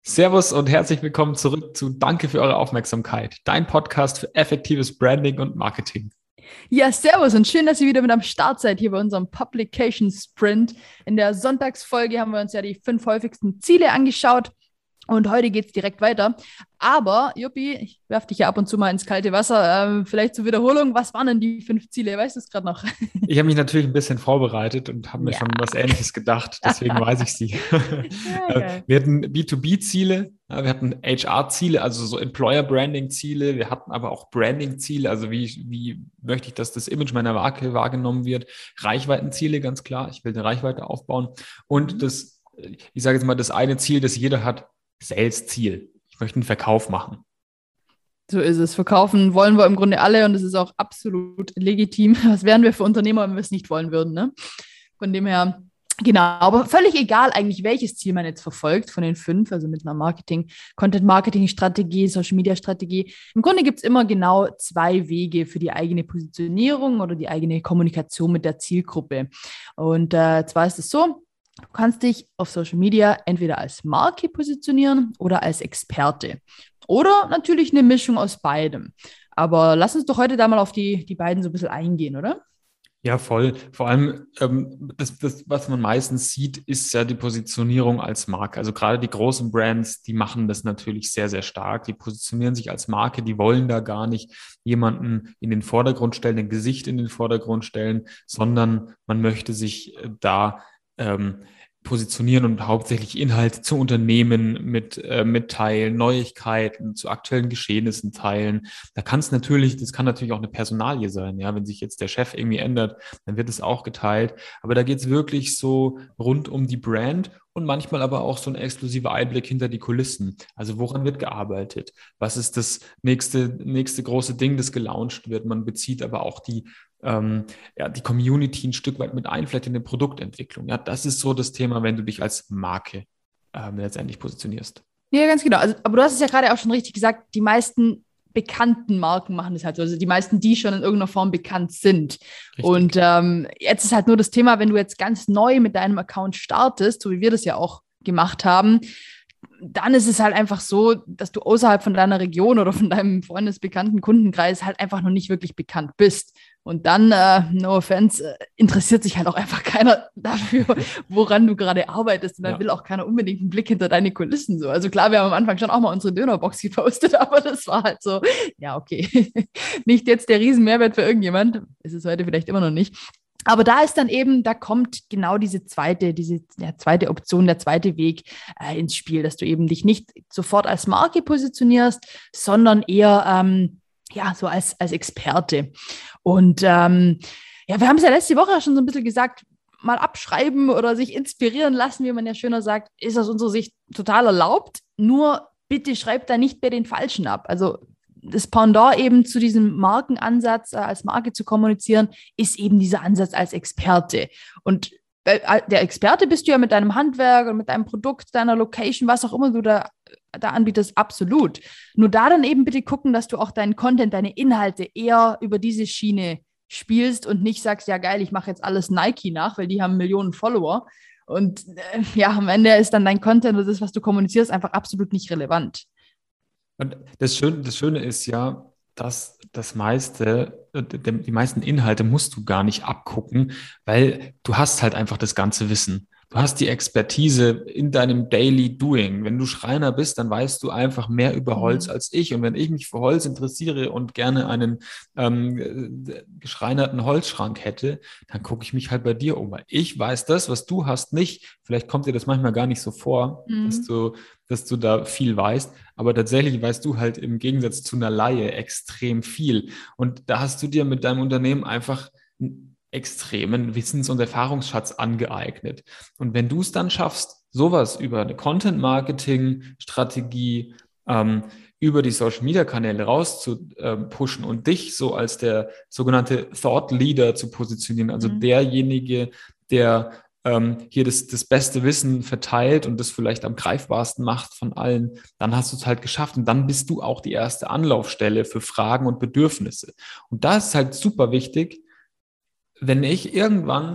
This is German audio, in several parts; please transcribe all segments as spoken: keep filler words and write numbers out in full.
Servus und herzlich willkommen zurück zu Danke für eure Aufmerksamkeit, dein Podcast für effektives Branding und Marketing. Ja, servus und schön, dass ihr wieder mit am Start seid hier bei unserem Publication Sprint. In der Sonntagsfolge haben wir uns ja die fünf häufigsten Ziele angeschaut und heute geht es direkt weiter. Aber, Juppie, ich werfe dich ja ab und zu mal ins kalte Wasser. Ähm, vielleicht zur Wiederholung, was waren denn die fünf Ziele? Weißt du es gerade noch? Ich habe mich natürlich ein bisschen vorbereitet und habe mir Ja. schon was Ähnliches gedacht, deswegen weiß ich sie. Ja, geil. Wir hatten B zwei B-Ziele, wir hatten H R-Ziele, also so Employer-Branding-Ziele, wir hatten aber auch Branding-Ziele, also wie, wie möchte ich, dass das Image meiner Marke wahrgenommen wird. Reichweitenziele, ganz klar, ich will eine Reichweite aufbauen. Und Mhm. das, ich sage jetzt mal, das eine Ziel, das jeder hat, Sales-Ziel. Ich möchte einen Verkauf machen. So ist es. Verkaufen wollen wir im Grunde alle und es ist auch absolut legitim. Was wären wir für Unternehmer, wenn wir es nicht wollen würden, ne? Von dem her, genau. Aber völlig egal eigentlich, welches Ziel man jetzt verfolgt von den fünf, also mit einer Marketing, Content-Marketing-Strategie, Social-Media-Strategie. Im Grunde gibt es immer genau zwei Wege für die eigene Positionierung oder die eigene Kommunikation mit der Zielgruppe. Und äh, zwar ist es so, du kannst dich auf Social Media entweder als Marke positionieren oder als Experte. Oder natürlich eine Mischung aus beidem. Aber lass uns doch heute da mal auf die, die beiden so ein bisschen eingehen, oder? Ja, voll. Vor allem, ähm, das, das, was man meistens sieht, ist ja die Positionierung als Marke. Also gerade die großen Brands, die machen das natürlich sehr, sehr stark. Die positionieren sich als Marke, die wollen da gar nicht jemanden in den Vordergrund stellen, ein Gesicht in den Vordergrund stellen, sondern man möchte sich äh, da ähm, positionieren und hauptsächlich Inhalte zu Unternehmen mit, äh, mitteilen, Neuigkeiten zu aktuellen Geschehnissen teilen. Da kann es natürlich, das kann natürlich auch eine Personalie sein, ja, wenn sich jetzt der Chef irgendwie ändert, dann wird es auch geteilt. Aber da geht es wirklich so rund um die Brand und manchmal aber auch so ein exklusiver Einblick hinter die Kulissen. Also woran wird gearbeitet? Was ist das nächste, nächste große Ding, das gelauncht wird? Man bezieht aber auch die ähm, ja, die Community ein Stück weit mit ein, vielleicht in der Produktentwicklung. Ja, das ist so das Thema, wenn du dich als Marke ähm, letztendlich positionierst. Ja, ganz genau. Also, aber du hast es ja gerade auch schon richtig gesagt, die meisten bekannten Marken machen das halt so. Also die meisten, die schon in irgendeiner Form bekannt sind. Und Richtig. ähm, jetzt ist halt nur das Thema, wenn du jetzt ganz neu mit deinem Account startest, so wie wir das ja auch gemacht haben, dann ist es halt einfach so, dass du außerhalb von deiner Region oder von deinem freundesbekannten Kundenkreis halt einfach noch nicht wirklich bekannt bist. Und dann, äh, no offense, äh, interessiert sich halt auch einfach keiner dafür, woran du gerade arbeitest. Und dann Ja. will auch keiner unbedingt einen Blick hinter deine Kulissen so. Also klar, wir haben am Anfang schon auch mal unsere Dönerbox gepostet, aber das war halt so, ja, okay. Nicht jetzt der Riesenmehrwert für irgendjemand. Ist es heute vielleicht immer noch nicht. Aber da ist dann eben, da kommt genau diese zweite, diese ja, zweite Option, der zweite Weg äh, ins Spiel, dass du eben dich nicht sofort als Marke positionierst, sondern eher ähm, ja, so als, als Experte. Und ähm, ja, wir haben es ja letzte Woche schon so ein bisschen gesagt, mal abschreiben oder sich inspirieren lassen, wie man ja schöner sagt, ist aus unserer Sicht total erlaubt. Nur bitte schreibt da nicht bei den Falschen ab. Also das Pendant eben zu diesem Markenansatz, äh, als Marke zu kommunizieren, ist eben dieser Ansatz als Experte. Und äh, der Experte bist du ja mit deinem Handwerk und mit deinem Produkt, deiner Location, was auch immer du da, da anbietest, absolut. Nur da dann eben bitte gucken, dass du auch deinen Content, deine Inhalte eher über diese Schiene spielst und nicht sagst, ja geil, ich mache jetzt alles Nike nach, weil die haben Millionen Follower. Und äh, ja, am Ende ist dann dein Content oder das, was du kommunizierst, einfach absolut nicht relevant. Und das Schöne, das Schöne ist ja, dass das meiste, äh, die meisten Inhalte musst du gar nicht abgucken, weil du hast halt einfach das ganze Wissen. Du hast die Expertise in deinem Daily Doing. Wenn du Schreiner bist, dann weißt du einfach mehr über Holz Mhm. als ich. Und wenn ich mich für Holz interessiere und gerne einen ähm, geschreinerten Holzschrank hätte, dann gucke ich mich halt bei dir um. Weil ich weiß das, was du hast, nicht. Vielleicht kommt dir das manchmal gar nicht so vor, dass Mhm. du, dass du da viel weißt. Aber tatsächlich weißt du halt im Gegensatz zu einer Laie extrem viel. Und da hast du dir mit deinem Unternehmen einfach einen extremen Wissens- und Erfahrungsschatz angeeignet. Und wenn du es dann schaffst, sowas über eine Content-Marketing-Strategie, ähm, über die Social-Media-Kanäle rauszupushen und dich so als der sogenannte Thought Leader zu positionieren, also Mhm. derjenige, der ähm, hier das, das beste Wissen verteilt und das vielleicht am greifbarsten macht von allen, dann hast du es halt geschafft und dann bist du auch die erste Anlaufstelle für Fragen und Bedürfnisse. Und da ist es halt super wichtig, wenn ich irgendwann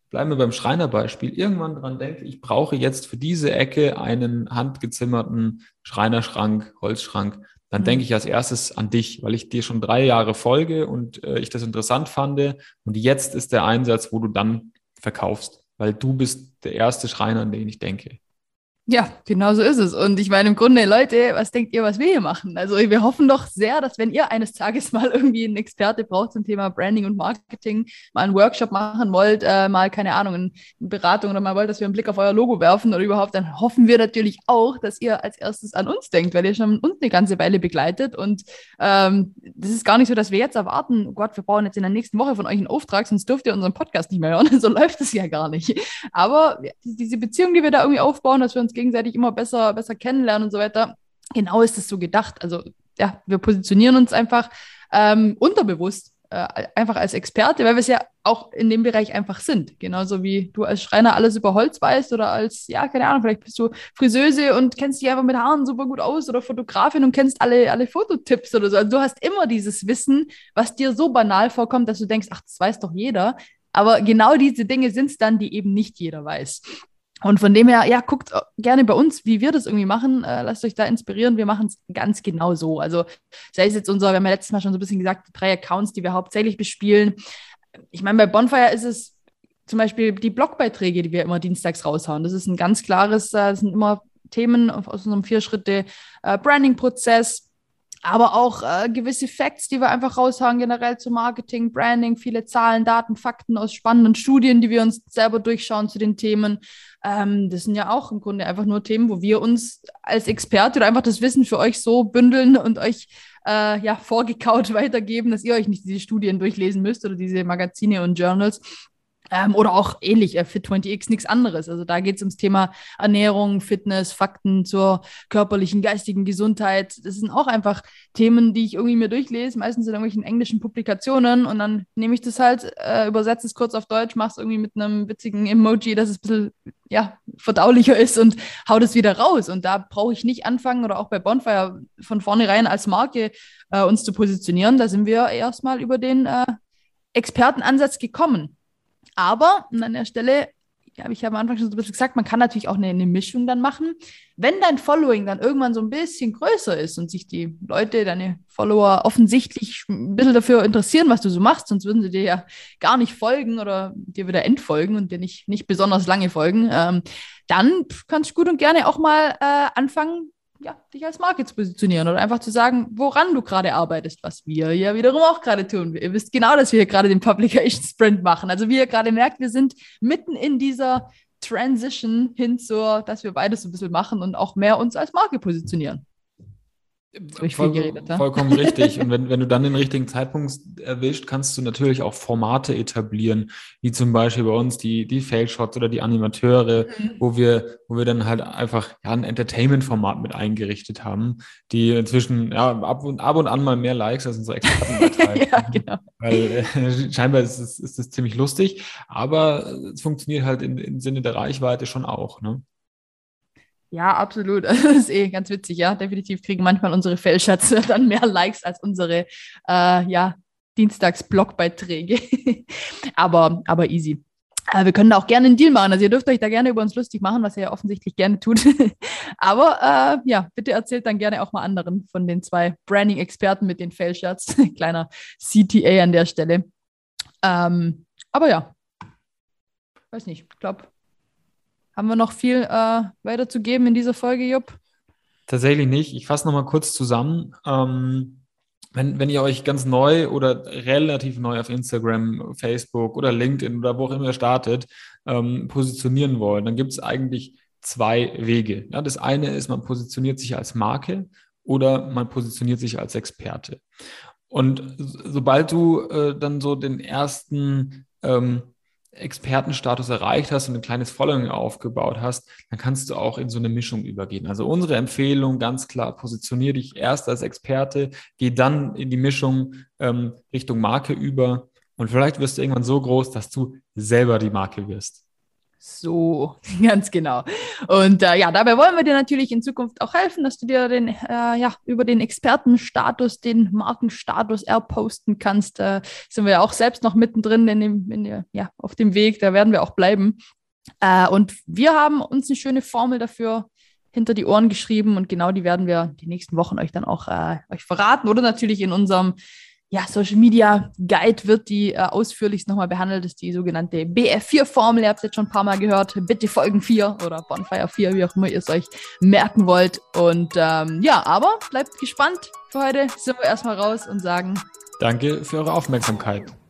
bleiben wir beim Schreinerbeispiel, irgendwann dran denke, ich brauche jetzt für diese Ecke einen handgezimmerten Schreinerschrank, Holzschrank, dann mhm. denke ich als erstes an dich, weil ich dir schon drei Jahre folge und äh, ich das interessant fand. Und jetzt ist der Einsatz, wo du dann verkaufst, weil du bist der erste Schreiner, an den ich denke. Ja, genau so ist es. Und ich meine, im Grunde, Leute, was denkt ihr, was wir hier machen? Also wir hoffen doch sehr, dass wenn ihr eines Tages mal irgendwie einen Experte braucht zum Thema Branding und Marketing, mal einen Workshop machen wollt, äh, mal, keine Ahnung, eine Beratung oder mal wollt, dass wir einen Blick auf euer Logo werfen oder überhaupt, dann hoffen wir natürlich auch, dass ihr als erstes an uns denkt, weil ihr schon uns eine ganze Weile begleitet. Und ähm, das ist gar nicht so, dass wir jetzt erwarten, oh Gott, wir brauchen jetzt in der nächsten Woche von euch einen Auftrag, sonst dürft ihr unseren Podcast nicht mehr hören. So läuft es ja gar nicht. Aber diese Beziehung, die wir da irgendwie aufbauen, dass wir uns gegenseitig immer besser, besser kennenlernen und so weiter. Genau ist es so gedacht. Also ja, wir positionieren uns einfach ähm, unterbewusst äh, einfach als Experte, weil wir es ja auch in dem Bereich einfach sind. Genauso wie du als Schreiner alles über Holz weißt oder als, ja, keine Ahnung, vielleicht bist du Friseuse und kennst dich einfach mit Haaren super gut aus oder Fotografin und kennst alle, alle Fototipps oder so. Also du hast immer dieses Wissen, was dir so banal vorkommt, dass du denkst, ach, das weiß doch jeder. Aber genau diese Dinge sind es dann, die eben nicht jeder weiß. Und von dem her, ja, guckt gerne bei uns, wie wir das irgendwie machen. Äh, lasst euch da inspirieren. Wir machen es ganz genau so. Also sei es jetzt unser, wir haben ja letztes Mal schon so ein bisschen gesagt, drei Accounts, die wir hauptsächlich bespielen. Ich meine, bei Bonfire ist es zum Beispiel die Blogbeiträge, die wir immer dienstags raushauen. Das ist ein ganz klares, das sind immer Themen aus unserem Vier-Schritte-Branding-Prozess. Aber auch äh, gewisse Facts, die wir einfach raushauen, generell zu Marketing, Branding, viele Zahlen, Daten, Fakten aus spannenden Studien, die wir uns selber durchschauen zu den Themen. Ähm, das sind ja auch im Grunde einfach nur Themen, wo wir uns als Experte oder einfach das Wissen für euch so bündeln und euch äh, ja, vorgekaut weitergeben, dass ihr euch nicht diese Studien durchlesen müsst oder diese Magazine und Journals. Ähm, oder auch ähnlich, äh, Fit zwanzig X, nichts anderes. Also da geht es ums Thema Ernährung, Fitness, Fakten zur körperlichen, geistigen Gesundheit. Das sind auch einfach Themen, die ich irgendwie mir durchlese, meistens in irgendwelchen englischen Publikationen und dann nehme ich das halt, äh, übersetze es kurz auf Deutsch, mache es irgendwie mit einem witzigen Emoji, dass es ein bisschen ja, verdaulicher ist und hau das wieder raus. Und da brauche ich nicht anfangen oder auch bei Bonfire von vornherein als Marke äh, uns zu positionieren. Da sind wir erstmal über den äh, Expertenansatz gekommen. Aber an der Stelle, ja, ich habe am Anfang schon so ein bisschen gesagt, man kann natürlich auch eine, eine Mischung dann machen. Wenn dein Following dann irgendwann so ein bisschen größer ist und sich die Leute, deine Follower offensichtlich ein bisschen dafür interessieren, was du so machst, sonst würden sie dir ja gar nicht folgen oder dir wieder entfolgen und dir nicht, nicht besonders lange folgen, ähm, dann kannst du gut und gerne auch mal äh, anfangen, ja, dich als Marke zu positionieren oder einfach zu sagen, woran du gerade arbeitest, was wir ja wiederum auch gerade tun. Ihr wisst genau, dass wir hier gerade den Publication Sprint machen. Also wie ihr gerade merkt, wir sind mitten in dieser Transition hin zur, dass wir beides so ein bisschen machen und auch mehr uns als Marke positionieren. Voll, geredet, ja? Vollkommen richtig. Und wenn, wenn du dann den richtigen Zeitpunkt erwischt, kannst du natürlich auch Formate etablieren, wie zum Beispiel bei uns die, die Fail-Shots oder die Animateure, mhm. wo wir, wo wir dann halt einfach ja, ein Entertainment-Format mit eingerichtet haben, die inzwischen ja, ab, und, ab und an mal mehr Likes als unsere Expertenbeiträge. Ja, genau. Weil äh, scheinbar ist es, ist es ziemlich lustig, aber es funktioniert halt in, im Sinne der Reichweite schon auch, ne? Ja, absolut. Das ist eh ganz witzig, ja. Definitiv kriegen manchmal unsere Fail-Shots dann mehr Likes als unsere äh, ja, Dienstags-Blogbeiträge. aber, aber easy. Äh, wir können da auch gerne einen Deal machen. Also ihr dürft euch da gerne über uns lustig machen, was ihr ja offensichtlich gerne tut. aber äh, ja, bitte erzählt dann gerne auch mal anderen von den zwei Branding-Experten mit den Fail-Shots. Kleiner C T A an der Stelle. Ähm, aber ja, weiß nicht, ich glaube, haben wir noch viel äh, weiterzugeben in dieser Folge, Jupp? Tatsächlich nicht. Ich fasse nochmal kurz zusammen. Ähm, wenn, wenn ihr euch ganz neu oder relativ neu auf Instagram, Facebook oder LinkedIn oder wo auch immer startet, ähm, positionieren wollt, dann gibt es eigentlich zwei Wege. Ja, das eine ist, man positioniert sich als Marke oder man positioniert sich als Experte. Und sobald du äh, dann so den ersten ähm, Expertenstatus erreicht hast und ein kleines Following aufgebaut hast, dann kannst du auch in so eine Mischung übergehen. Also unsere Empfehlung ganz klar, positioniere dich erst als Experte, geh dann in die Mischung ähm, Richtung Marke über und vielleicht wirst du irgendwann so groß, dass du selber die Marke wirst. So, ganz genau. Und äh, ja, dabei wollen wir dir natürlich in Zukunft auch helfen, dass du dir den, äh, ja, über den Expertenstatus, den Markenstatus erposten kannst. Da sind wir ja auch selbst noch mittendrin in dem, in der, ja, auf dem Weg, da werden wir auch bleiben. Äh, und wir haben uns eine schöne Formel dafür hinter die Ohren geschrieben und genau die werden wir die nächsten Wochen euch dann auch äh, euch verraten oder natürlich in unserem ja, Social Media Guide wird die äh, ausführlichst nochmal behandelt. Das ist die sogenannte B F vier Formel. Ihr habt es jetzt schon ein paar Mal gehört. Bitte Folgen vier oder Bonfire vier, wie auch immer ihr es euch merken wollt. Und ähm, ja, aber bleibt gespannt. Für heute sind wir erstmal raus und sagen Danke für eure Aufmerksamkeit.